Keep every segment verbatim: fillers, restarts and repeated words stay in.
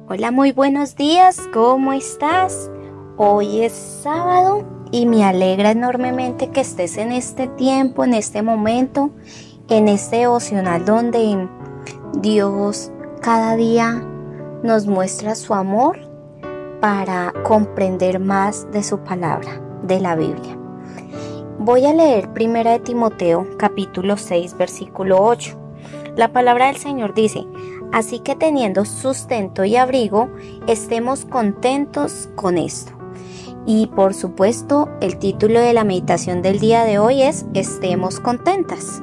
Hola, muy buenos días, ¿cómo estás? Hoy es sábado y me alegra enormemente que estés en este tiempo, en este momento, en este devocional donde Dios cada día nos muestra su amor para comprender más de su palabra, de la Biblia. Voy a leer primera de Timoteo, capítulo seis, versículo ocho. La palabra del Señor dice: así que teniendo sustento y abrigo, estemos contentos con esto. Y por supuesto, el título de la meditación del día de hoy es Estemos contentas.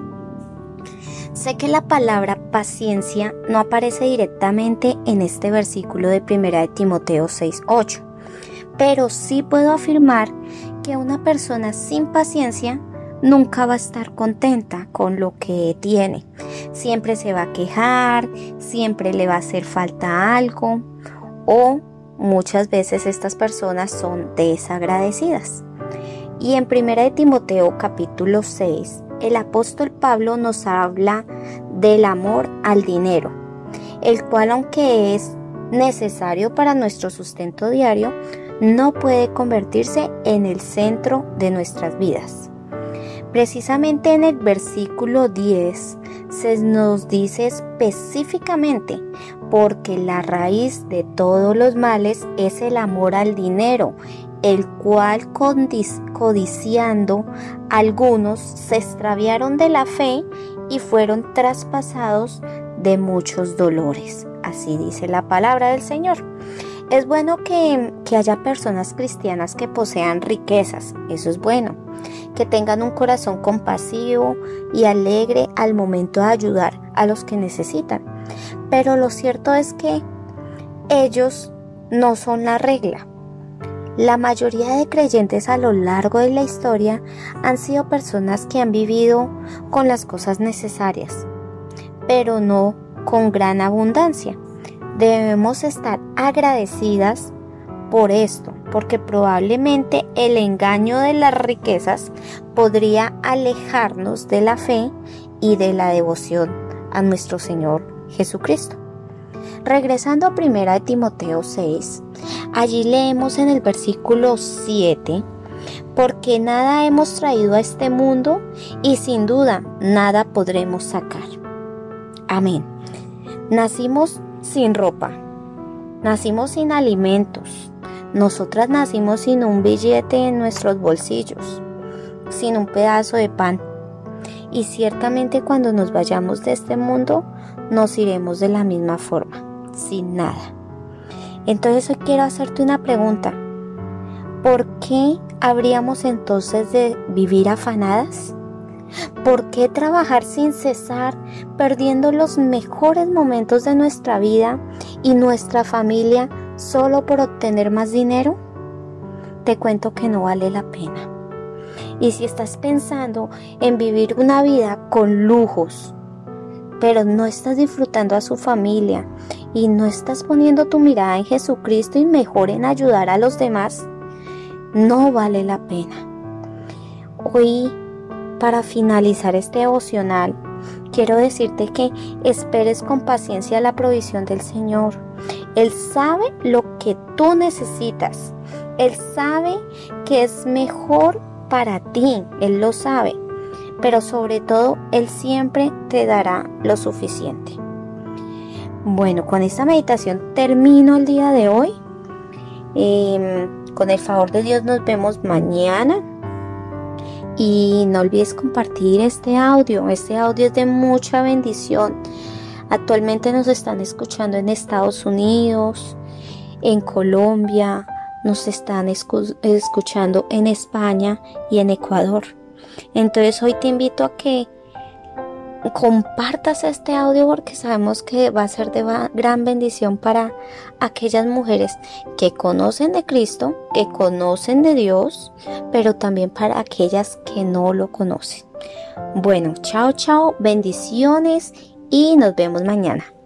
Sé que la palabra paciencia no aparece directamente en este versículo de primera de Timoteo seis, ocho, pero sí puedo afirmar que una persona sin paciencia nunca va a estar contenta con lo que tiene. Siempre se va a quejar, siempre le va a hacer falta algo, o muchas veces estas personas son desagradecidas. Y en primera de Timoteo capítulo seis, el apóstol Pablo nos habla del amor al dinero, el cual, aunque es necesario para nuestro sustento diario, no puede convertirse en el centro de nuestras vidas. Precisamente en el versículo diez se nos dice específicamente: porque la raíz de todos los males es el amor al dinero, el cual codiciando algunos se extraviaron de la fe y fueron traspasados de muchos dolores. Así dice la palabra del Señor. Es bueno que, que haya personas cristianas que posean riquezas, eso es bueno, que tengan un corazón compasivo y alegre al momento de ayudar a los que necesitan. Pero lo cierto es que ellos no son la regla. La mayoría de creyentes a lo largo de la historia han sido personas que han vivido con las cosas necesarias, pero no con gran abundancia. Debemos estar agradecidas por esto, porque probablemente el engaño de las riquezas podría alejarnos de la fe y de la devoción a nuestro Señor Jesucristo. Regresando a primera de Timoteo seis, allí leemos en el versículo siete: porque nada hemos traído a este mundo y sin duda nada podremos sacar. Amén. Nacimos sin ropa, nacimos sin alimentos, nosotras nacimos sin un billete en nuestros bolsillos, sin un pedazo de pan, y ciertamente cuando nos vayamos de este mundo nos iremos de la misma forma, sin nada. Entonces hoy quiero hacerte una pregunta: ¿por qué habríamos entonces de vivir afanadas? ¿Por qué trabajar sin cesar, perdiendo los mejores momentos de nuestra vida y nuestra familia solo por obtener más dinero? Te cuento que no vale la pena. Y si estás pensando en vivir una vida con lujos, pero no estás disfrutando a su familia y no estás poniendo tu mirada en Jesucristo y mejor en ayudar a los demás, no vale la pena. Hoy, para finalizar este devocional, quiero decirte que esperes con paciencia la provisión del Señor. Él sabe lo que tú necesitas. Él sabe que es mejor para ti. Él lo sabe. Pero sobre todo, Él siempre te dará lo suficiente. Bueno, con esta meditación termino el día de hoy. Eh, con el favor de Dios nos vemos mañana. Y no olvides compartir este audio. Este audio es de mucha bendición. Actualmente nos están escuchando en Estados Unidos, en Colombia, nos están escu- escuchando en España y en Ecuador. Entonces hoy te invito a que compartas este audio, porque sabemos que va a ser de gran bendición para aquellas mujeres que conocen de Cristo, que conocen de Dios, pero también para aquellas que no lo conocen. Bueno, chao, chao, bendiciones y nos vemos mañana.